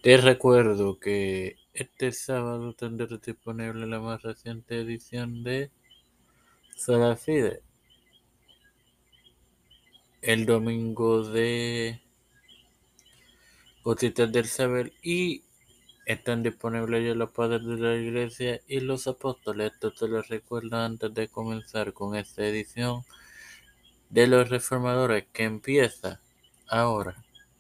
Te recuerdo que este sábado tendré disponible la más reciente edición de Soda Fide. El domingo de Gotitas del Saber y están disponibles ya los padres de la iglesia y los apóstoles. Esto te lo recuerdo antes de comenzar con esta edición de los reformadores que empieza ahora.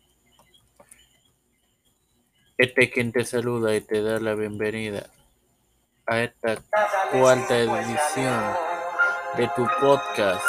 Este es quien te saluda y te da la bienvenida a esta cuarta edición de tu podcast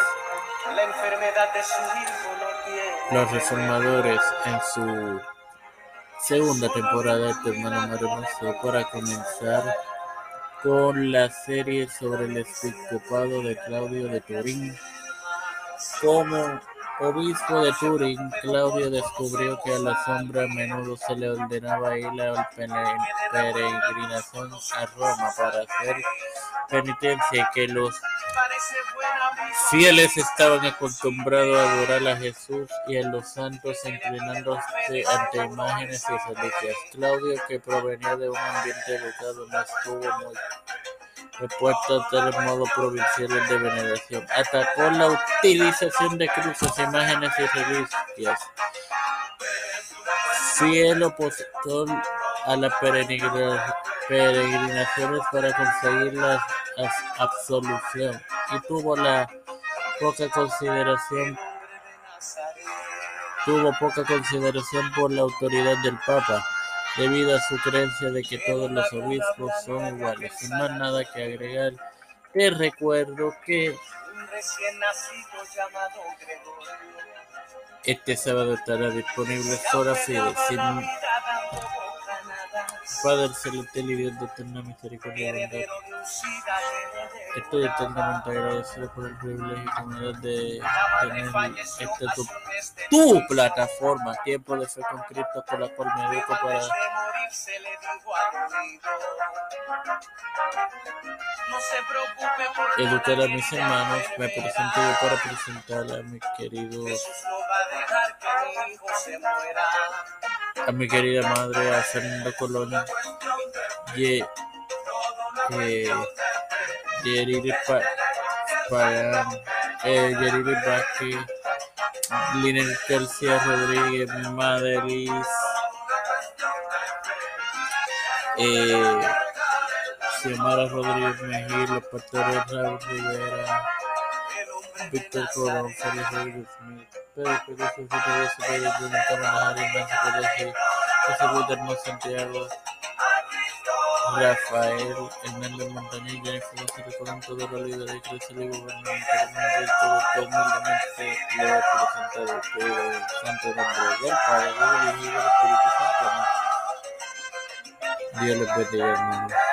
Los Reformadores en su segunda temporada. Este hermano Maronazo para comenzar con la serie sobre el episcopado de Claudio de Turín. Como obispo de Turín, Claudio descubrió que a los hombres a menudo se le ordenaba ir a peregrinación a Roma para hacer penitencia, y que los fieles estaban acostumbrados a adorar a Jesús y a los santos inclinándose ante imágenes y reliquias. Claudio, que provenía de un ambiente educado, no estuvo muy expuesto a tal modo provinciales de veneración. Atacó la utilización de cruces, imágenes y reliquias. Fiel opositor a las peregrinaciones para conseguir la absolución, y tuvo poca consideración por la autoridad del Papa, debido a su creencia de que todos los obispos son iguales. Sin más nada que agregar, te recuerdo que este sábado estará disponible Soda Fide. Sin Padre celestial y Dios de eterna misericordia y bondad, estoy eternamente agradecido por el privilegio y comodidad de tener esta tu plataforma, Tiempo de Fe con Cristo, por la cual me dedico para educar a mis hermanos. Me presento yo para presentar a mi querida madre, a Fernando Colón, Yeriri Vázquez, Liner García Rodríguez, Madelis, Xiomara Rodríguez Mejía, los pastores Raúl Rivera, Víctor Colón, Félix Rodríguez Smith, Pedro Pérez, José Pérez, Jonathan Manajari, Ignacio Pérez, José Luis Hermón Santiago, Rafael Hernández Montañez, Jennifer González Colón, todos los líderes de iglesia y gubernamental, todo humildemente lo ha presentado el santo nombre del Padre, del Hijo y del Espíritu Santo. Dios les bendiga, hermanos.